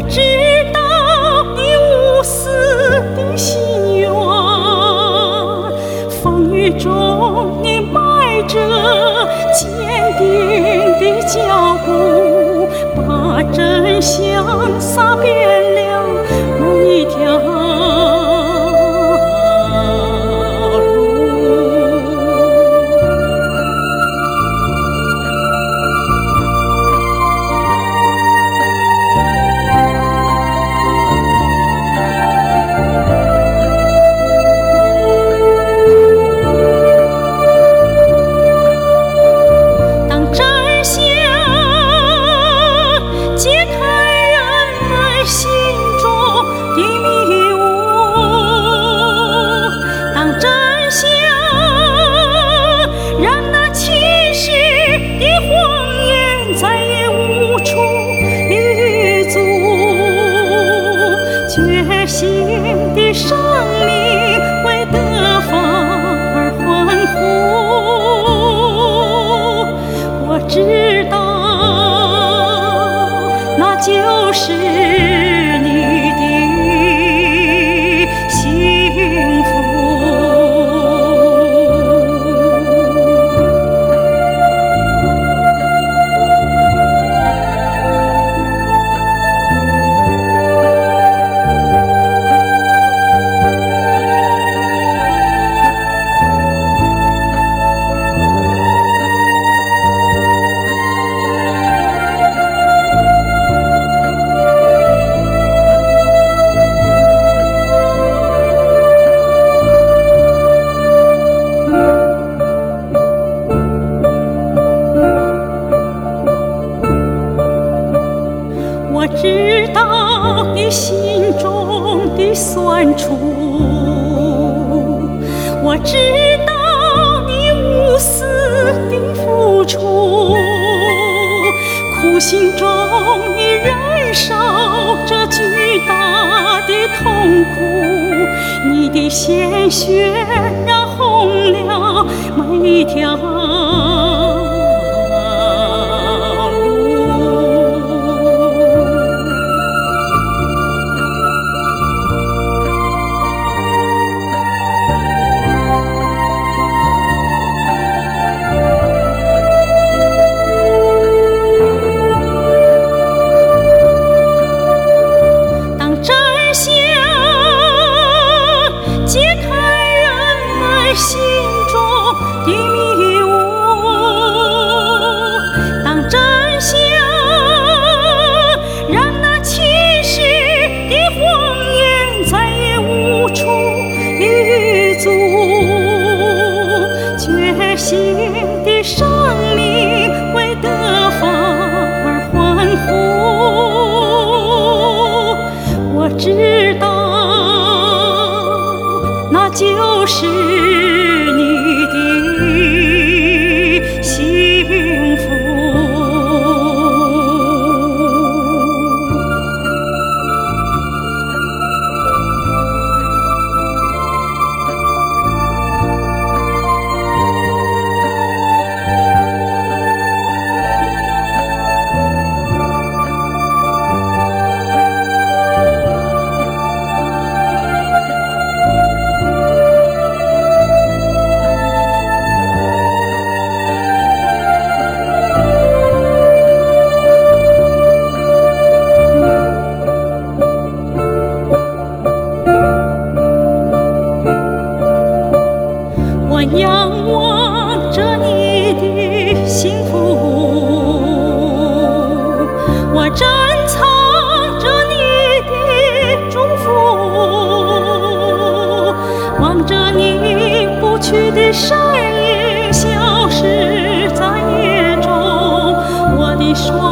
知道你无私的心愿，风雨中你迈着坚定的脚步，把真相洒遍了每一条决心的生命为得法而欢呼，我知道那就是你的幸福。我知道你心中的酸楚，我知道你无私的付出，苦心中你忍受着巨大的痛苦，你的鲜血染红了每一条心中的迷雾，当真相让那欺世的谎言再也无处立足，决心的生命为得法而欢呼，我知道那就是你的幸福。我仰望着你的幸福，我珍藏着你的祝福，望着你不去的身影消失在夜中，我的双